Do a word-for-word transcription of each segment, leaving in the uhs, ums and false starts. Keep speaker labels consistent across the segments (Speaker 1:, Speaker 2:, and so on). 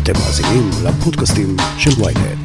Speaker 1: אתם מאזינים לפודקאסטים של וויינט.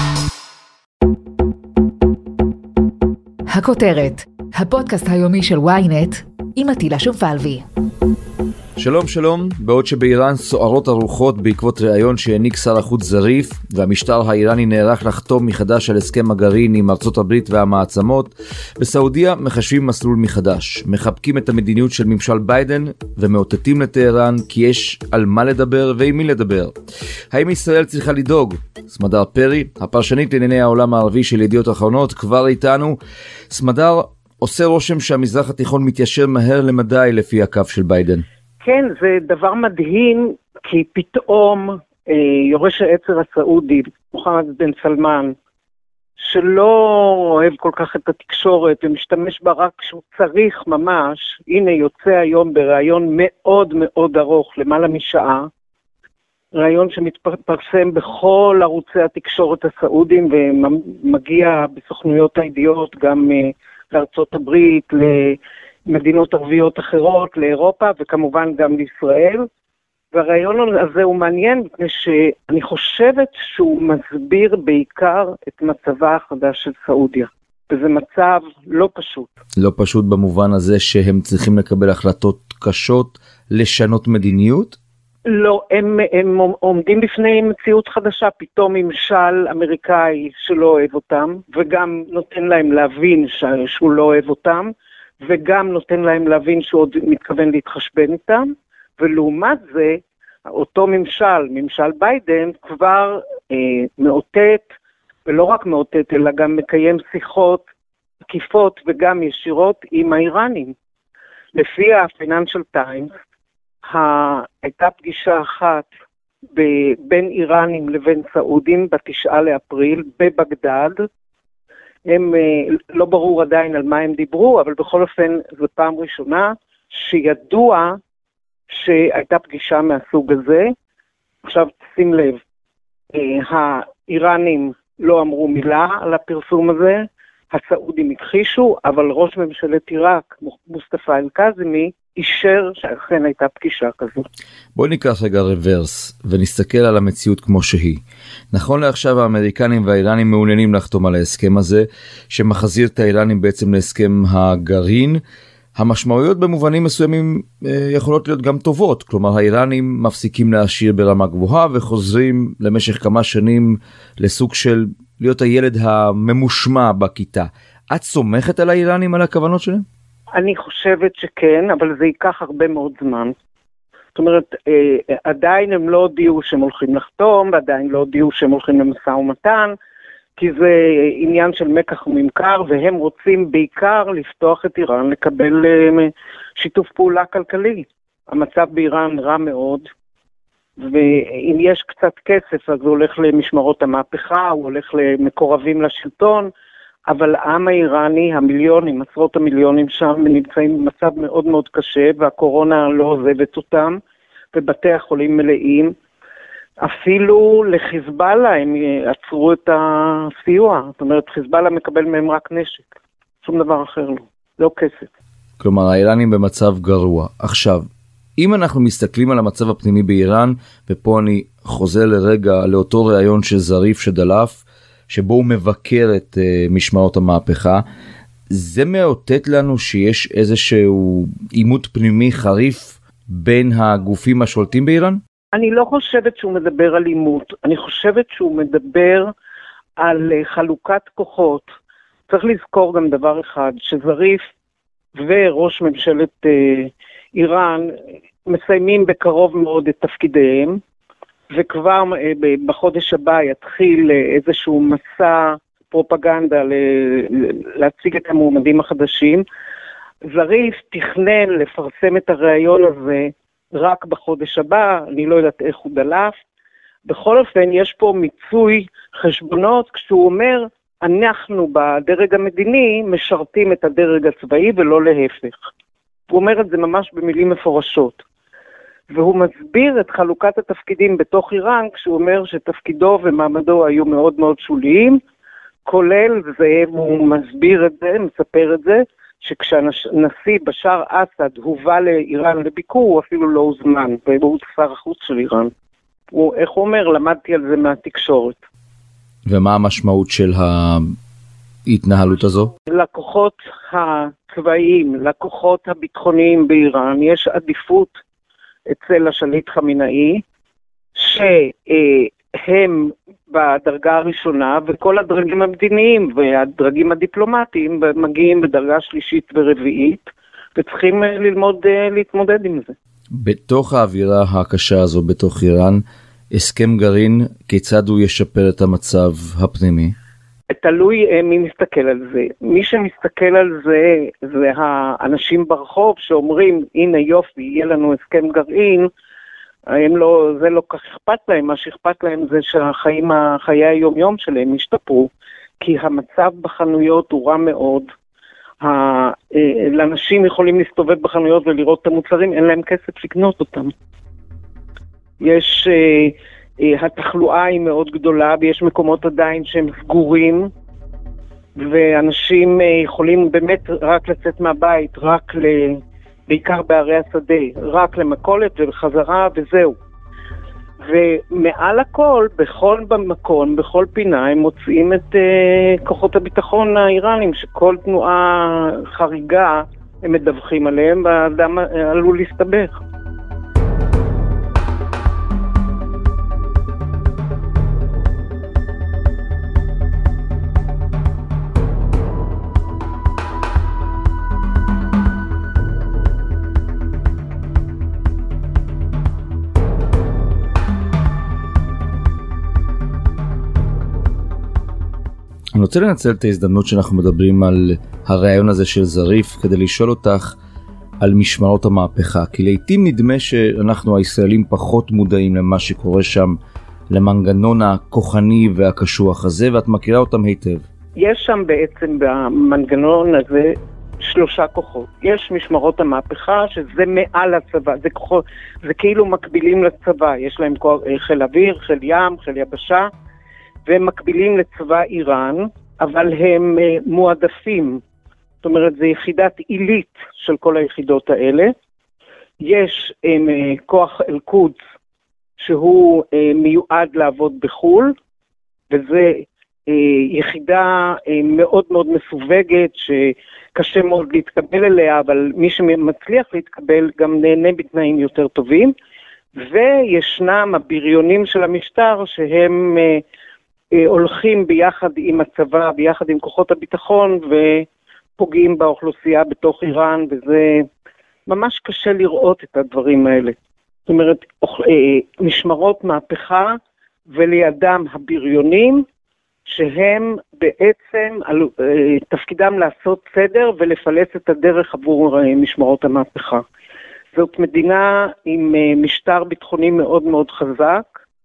Speaker 2: הכותרת, הפודקאסט היומי של וויינט עם עטילה שומפלבי.
Speaker 3: שלום שלום, בעוד שבאיראן סוערות הרוחות בעקבות ראיון שהעניק שר החוץ זריף והמשטר האיראני נערך לחתום מחדש על הסכם הגרעין עם ארצות הברית והמעצמות, בסעודיה מחשבים מסלול מחדש, מחבקים את המדיניות של ממשל ביידן ומאותתים לטהרן כי יש על מה לדבר ועם מי לדבר. האם ישראל צריכה לדאוג? סמדר פרי, הפרשנית לענייני העולם הערבי של ידיעות אחרונות, כבר איתנו. סמדר, עושה רושם שהמזרח התיכון מתיישר מהר למדי לפי הקו של ביידן.
Speaker 4: כן, זה דבר מדהים, כי פתאום אה, יורש העצר הסעודי, מוחמד בן סלמן, שלא אוהב כל כך את התקשורת ומשתמש בה רק כשהוא צריך ממש, הנה יוצא היום בראיון מאוד מאוד ארוך, למעלה משעה, ראיון שמתפרסם בכל ערוצי התקשורת הסעודיים ומגיע בסוכנויות הידיעות גם אה, לארצות הברית, ל... מדינות ערביות אחרות, לאירופה וכמובן גם לישראל. והרעיון הזה הוא מעניין מפני שאני חושבת שהוא מסביר בעיקר את מצבה החדש של סעודיה. וזה מצב לא פשוט.
Speaker 3: לא פשוט במובן הזה שהם צריכים לקבל החלטות קשות, לשנות מדיניות?
Speaker 4: לא, הם, הם עומדים בפני מציאות חדשה, פתאום ממשל אמריקאי שלא אוהב אותם, וגם נותן להם להבין שהוא לא אוהב אותם, וגם נותן להם להבין שהוא עוד מתכוון להתחשבן איתם, ולעומת זה, אותו ממשל, ממשל ביידן, כבר אה, מאותת, ולא רק מאותת, אלא גם מקיים שיחות עקיפות וגם ישירות עם האיראנים. לפי ה-Financial Times, הייתה פגישה אחת ב- בין איראנים לבין סעודים בתשעה לאפריל בבגדד, הם לא ברור עדיין על מה הם דיברו, אבל בכל אופן זו פעם ראשונה שידוע שהייתה פגישה מהסוג הזה. עכשיו שים לב, האיראנים לא אמרו מילה על הפרסום הזה, הסעודים הכחישו, אבל ראש ממשלת עיראק, מוסטפא אל-קאזמי, אישר שאכן הייתה פגישה כזו.
Speaker 3: בואו ניקח רגע רוורס ונסתכל על המציאות כמו שהיא. נכון לעכשיו האמריקנים והאיראנים מעוניינים לחתום על ההסכם הזה, שמחזיר את האיראנים בעצם להסכם הגרעין. המשמעויות במובנים מסוימים יכולות להיות גם טובות, כלומר האיראנים מפסיקים להשאיר ברמה גבוהה וחוזרים למשך כמה שנים לסוג של להיות הילד הממושמע בכיתה. את סומכת על האיראנים על הכוונות שלהם?
Speaker 4: אני חושבת שכן, אבל זה ייקח הרבה מאוד זמן. זאת אומרת, אה, עדיין הם לא הודיעו שהם הולכים לחתום, ועדיין לא הודיעו שהם הולכים למשא ומתן, כי זה עניין של מקח וממכר, והם רוצים בעיקר לפתוח את איראן, לקבל אה, שיתוף פעולה כלכלי. המצב באיראן רע מאוד, ואם יש קצת כסף, אז הוא הולך למשמרות המהפכה, הוא הולך למקורבים לשלטון, אבל העם האיראני, המיליונים, עשרות המיליונים שם, נמצאים במצב מאוד מאוד קשה, והקורונה לא עוזבת אותם, ובתי החולים מלאים. אפילו לחיזבאללה הם עצרו את הסיוע, זאת אומרת, חיזבאללה מקבל מהם רק נשק, שום דבר אחר לא, לא כסף.
Speaker 3: כלומר, האיראנים במצב גרוע. עכשיו, אם אנחנו מסתכלים על המצב הפנימי באיראן, ופה אני חוזר לרגע לאותו ראיון של זריף שדלף, שבו הוא מבקר את uh, משמרות המהפכה, זה מאותת לנו שיש איזשהו עימות פנימי חריף בין הגופים השולטים באיראן?
Speaker 4: אני לא חושבת שהוא מדבר על עימות, אני חושבת שהוא מדבר על uh, חלוקת כוחות. צריך לזכור גם דבר אחד, שזריף וראש ממשלת uh, איראן מסיימים בקרוב מאוד את תפקידיהם, וכבר בחודש הבא יתחיל איזשהו מסע פרופגנדה להציג את המועמדים החדשים. זריף תכנן לפרסם את הרעיון הזה רק בחודש הבא, אני לא יודעת איך הוא דלף. בכל אופן יש פה מיצוי חשבונות כשהוא אומר, אנחנו בדרג המדיני משרתים את הדרג הצבאי ולא להפך. הוא אומר את זה ממש במילים מפורשות. והוא מסביר את חלוקת התפקידים בתוך איראן, כשהוא אומר שתפקידו ומעמדו היו מאוד מאוד שוליים, כולל, והוא מסביר את זה, מספר את זה, שכשהנשיא בשאר אסד הובא לאיראן לביקור, הוא אפילו לא הוזמן, והוא שר החוץ של איראן. הוא, איך הוא אומר, למדתי על זה מהתקשורת.
Speaker 3: ומה המשמעות של ההתנהלות הזו?
Speaker 4: לכוחות הצבאיים, לכוחות הביטחוניים באיראן, יש עדיפות אצל השליט חמינאי, שהם בדרגה הראשונה, וכל הדרגים המדיניים והדרגים הדיפלומטיים מגיעים בדרגה שלישית ורביעית, וצריכים ללמוד להתמודד עם זה. בתוך
Speaker 3: האווירה הקשה הזו בתוך איראן, הסכם גרעין, כיצד הוא ישפר את המצב הפנימי?
Speaker 4: תלוי מי מסתכל על זה. מי שמסתכל על זה, זה האנשים ברחוב שאומרים, הנה יופי, יהיה לנו הסכם גרעין, הם לא, זה לא כך אכפת להם, מה שאכפת להם זה שהחיים, חיי היום יום שלהם השתפרו, כי המצב בחנויות הוא רע מאוד, לאנשים יכולים להסתובב בחנויות ולראות את המוצרים, אין להם כסף לקנות אותם. יש, התחלואה היא מאוד גדולה, ויש מקומות עדיין שהם סגורים, ואנשים יכולים באמת רק לצאת מהבית, רק ל... בעיקר בערי השדה, רק למכולת ובחזרה וזהו. ומעל הכל, בכל במקום, בכל פינה, הם מוצאים את uh, כוחות הביטחון האיראנים, שכל תנועה חריגה הם מדווחים עליהם, והאדם עלול להסתבך.
Speaker 3: אני רוצה לנצל את ההזדמנות שאנחנו מדברים על הרעיון הזה של זריף, כדי לשאול אותך על משמרות המהפכה, כי לעתים נדמה שאנחנו הישראלים פחות מודעים למה שקורה שם, למנגנון הכוחני והקשוח הזה, ואת מכירה אותם היטב.
Speaker 4: יש שם בעצם במנגנון הזה שלושה כוחות. יש משמרות המהפכה, שזה מעל הצבא, זה, כוחות, זה כאילו מקבילים לצבא, יש להם חיל אוויר, חיל ים, חיל יבשה, והם מקבילים לצבא איראן, אבל הם uh, מועדפים. זאת אומרת, זה יחידת עילית של כל היחידות האלה. יש um, uh, כוח אל-קודס, שהוא uh, מיועד לעבוד בחול, וזה uh, יחידה uh, מאוד מאוד מסווגת, שקשה מאוד להתקבל אליה, אבל מי שמצליח להתקבל גם נהנה בתנאים יותר טובים. וישנם הבריונים של המשטר, שהם... Uh, הולכים ביחד עם הצבא, ביחד עם כוחות הביטחון, ופוגעים באוכלוסייה בתוך איראן, וזה ממש קשה לראות את הדברים האלה. זאת אומרת, משמרות מהפכה, ולידם הבריונים, שהם בעצם תפקידם לעשות סדר, ולפלס את הדרך עבור משמרות המהפכה. זאת מדינה עם משטר ביטחוני מאוד מאוד חזק,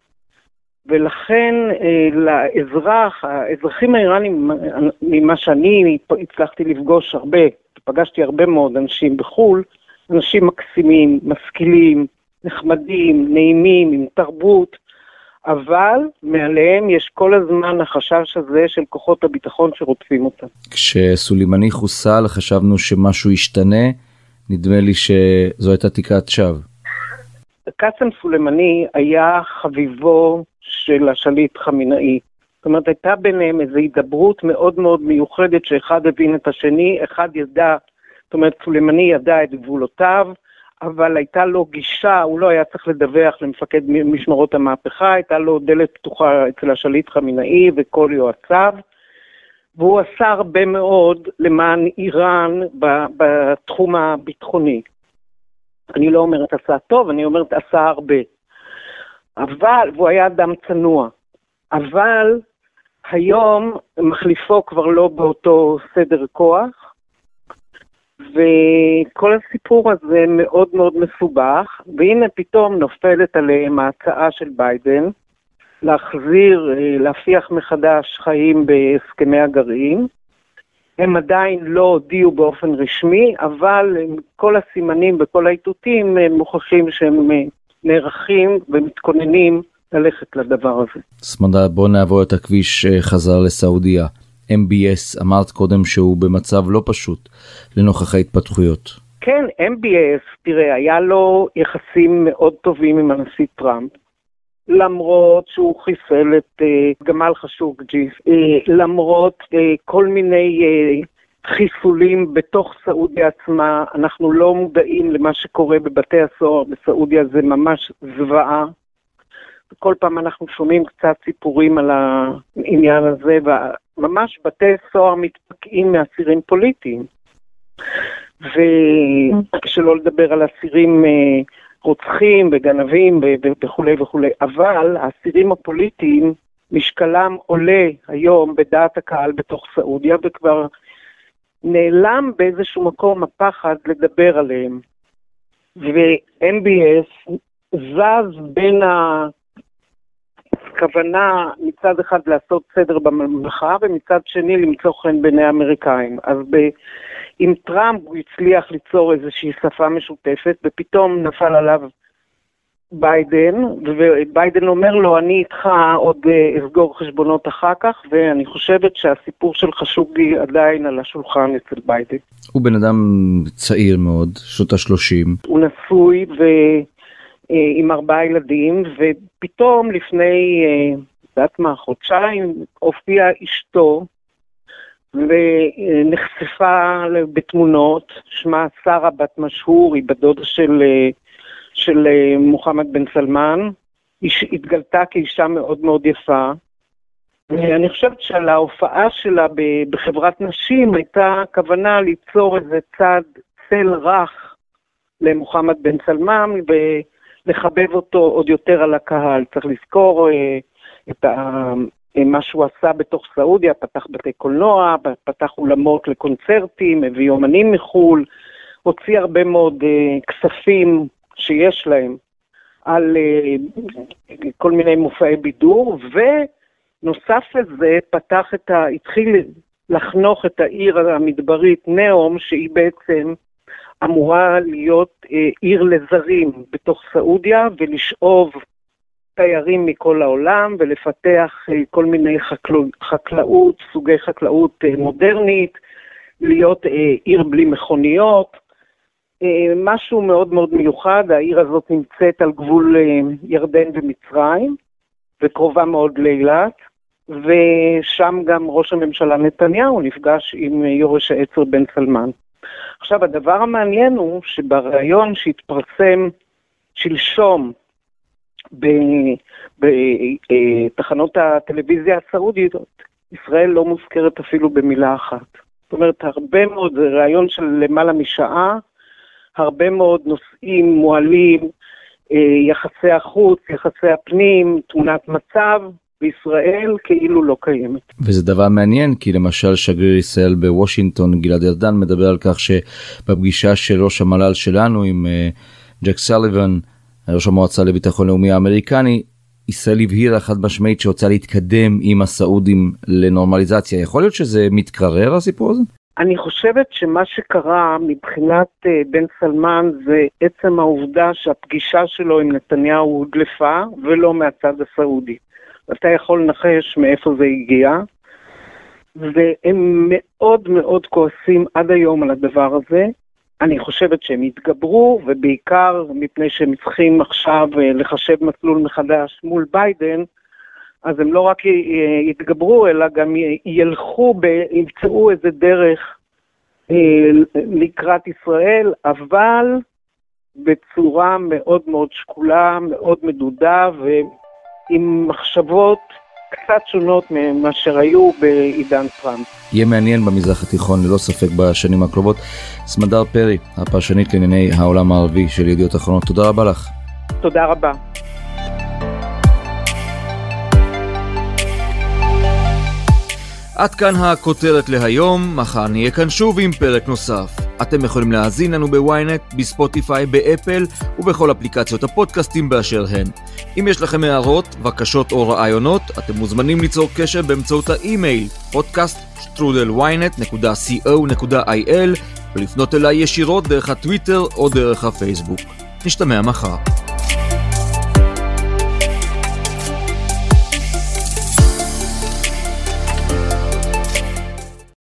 Speaker 4: ולכן לאזרח, האזרחים האיראנים, ממה שאני הצלחתי לפגוש הרבה, פגשתי הרבה מאוד אנשים בחול, אנשים מקסימים, משכילים, נחמדים, נעימים, עם תרבות, אבל מעליהם יש כל הזמן החשש הזה של כוחות הביטחון שרודפים אותם.
Speaker 3: כשסולימני חוסל חשבנו שמשהו ישתנה, נדמה לי שזו הייתה תקרת שווא.
Speaker 4: קאסם סולימני היה חביבו של השליט חמינאי. זאת אומרת, הייתה ביניהם איזו הידברות מאוד מאוד מיוחדת, שאחד הבין את השני, אחד ידע, זאת אומרת, סולימני ידע את גבולותיו, אבל הייתה לו גישה, הוא לא היה צריך לדווח למפקד משמרות המהפכה, הייתה לו דלת פתוחה אצל השליט חמינאי וכל יועציו, והוא עשה הרבה מאוד למען איראן בתחום הביטחוני. אני לא אומרת עשה טוב, אני אומרת עשה הרבה. אבל, והוא היה אדם צנוע, אבל היום מחליפו כבר לא באותו סדר כוח, וכל הסיפור הזה מאוד מאוד מסובך, והנה פתאום נופלת עליהם ההצעה של ביידן, להחזיר, להפיח מחדש חיים בהסכמי הגרעין. הם עדיין לא הודיעו באופן רשמי, אבל כל הסימנים וכל האיתותים מוכיחים שהם נערכים ומתכוננים ללכת לדבר הזה.
Speaker 3: סמדר, בוא נעבור את הכביש חזר לסעודיה. אם בי אס, אמרת קודם שהוא במצב לא פשוט לנוכח ההתפתחויות.
Speaker 4: כן, אם בי אס, תראה, היה לו יחסים מאוד טובים עם הנשיא טראמפ, למרות שהוא חיסל את uh, גמל חשוקג'י, uh, למרות uh, כל מיני uh, חיסולים בתוך סעודיה עצמה, אנחנו לא מודעים למה שקורה בבתי הסוהר בסעודיה, זה ממש זוועה. כל פעם אנחנו שומעים קצת סיפורים על העניין הזה, וממש בתי סוהר מתפקעים מאסירים פוליטיים. ושלא לדבר על אסירים רוצחים וגנבים וכו' וכו'. אבל האסירים הפוליטיים, משקלם עולה היום בדעת הקהל בתוך סעודיה, וכבר נעלם באיזשהו מקום הפחד לדבר עליהם. ו-אם בי אס זז בין הכוונה מצד אחד לעשות סדר בממלכה, ומצד שני למצוא חן בעיני האמריקאים. אז ב- עם טראמפ הוא הצליח ליצור איזושהי שפה משותפת, ופתאום נפל עליו ביידן, וביידן אומר לו, אני איתך עוד אסגור חשבונות אחר כך, ואני חושבת שהסיפור של חשוקג'י עדיין על השולחן אצל ביידן.
Speaker 3: הוא בן אדם צעיר מאוד, שנות ה-שלושים.
Speaker 4: הוא נשוי ועם ארבעה ילדים, ופתאום לפני, יודעת מה, חודשיים, הופיעה אשתו, ונחשפה בתמונות, שמה שרה בת משהור, היא בדודה של, של מוחמד בן סלמן, היא התגלתה כאישה מאוד מאוד יפה, ואני חושבת שעל ההופעה שלה בחברת נשים הייתה כוונה ליצור איזה צד צל רך למוחמד בן סלמן, ולחבב אותו עוד יותר על הקהל. צריך לזכור את ה... מה שהוא עשה בתוך סעודיה, פתח בתי קולנוע, פתח אולמות לקונצרטים, הביא אומנים מחול, הוציא הרבה מאוד uh, כספים שיש להם על uh, כל מיני מופעי בידור, ונוסף לזה פתח את ה... התחיל לחנוך את העיר המדברית נאום, שהיא בעצם אמורה להיות uh, עיר לזרים בתוך סעודיה, ולשאוב תיירים מכל העולם, ולפתח כל מיני חקלאות, חקלאות, סוגי חקלאות מודרנית, להיות עיר בלי מכוניות, משהו מאוד מאוד מיוחד. העיר הזאת נמצאת על גבול ירדן ומצרים, וקרובה מאוד לאילת, ושם גם ראש הממשלה נתניהו נפגש עם יורש העצר בן סלמן. עכשיו, הדבר המעניין הוא שבריאיון שהתפרסם שלשום, בתחנות הטלוויזיה הסעודית, ישראל לא מוזכרת אפילו במילה אחת. זאת אומרת, הרבה מאוד, זה רעיון של למעלה משעה, הרבה מאוד נושאים מועלים, יחסי החוץ, יחסי הפנים, תמונת מצב, בישראל כאילו לא קיימת.
Speaker 3: וזה דבר מעניין, כי למשל שגריר ישראל בוושינגטון, גלעד ארדן, מדבר על כך שבפגישה של ראש המל"ל שלנו עם ג'ק סליבן, ראש המועצה לביטחון לאומי האמריקני, ישראל הבהירה חד משמעית שרוצה להתקדם עם הסעודים לנורמליזציה. יכול להיות שזה מתקרר הסיפור הזה?
Speaker 4: אני חושבת שמה שקרה מבחינת uh, בן סלמן זה עצם העובדה שהפגישה שלו עם נתניהו הודלפה ולא מהצד הסעודי. אתה יכול לנחש מאיפה זה הגיע, והם מאוד מאוד כועסים עד היום על הדבר הזה. אני חושבת שהם יתגברו, ובעיקר מפני שהם צריכים עכשיו לחשב מסלול מחדש מול ביידן, אז הם לא רק יתגברו, אלא גם ילכו, ימצאו איזה דרך לקראת ישראל, אבל בצורה מאוד מאוד שקולה, מאוד מדודה, ועם מחשבות קצת שונות ממה שראיו בעידן טראמפ.
Speaker 3: יהיה מעניין במזרח התיכון ללא ספק בשנים הקרובות. סמדר פרי, הפרשנית לענייני העולם הערבי של ידיעות אחרונות, תודה רבה לך.
Speaker 4: תודה רבה.
Speaker 3: עד כאן הכותרת להיום, מחר נהיה כאן שוב עם פרק נוסף. אתם יכולים להאזין לנו בוויינט, בספוטיפיי, באפל ובכל אפליקציות הפודקאסטים באשר הן. אם יש לכם הערות, בקשות או רעיונות, אתם מוזמנים ליצור קשר באמצעות האימייל פודקאסט שטרודל וויינט נקודה קו נקודה איי אל ולפנות אליי ישירות דרך הטוויטר או דרך הפייסבוק. נשתמע מחר.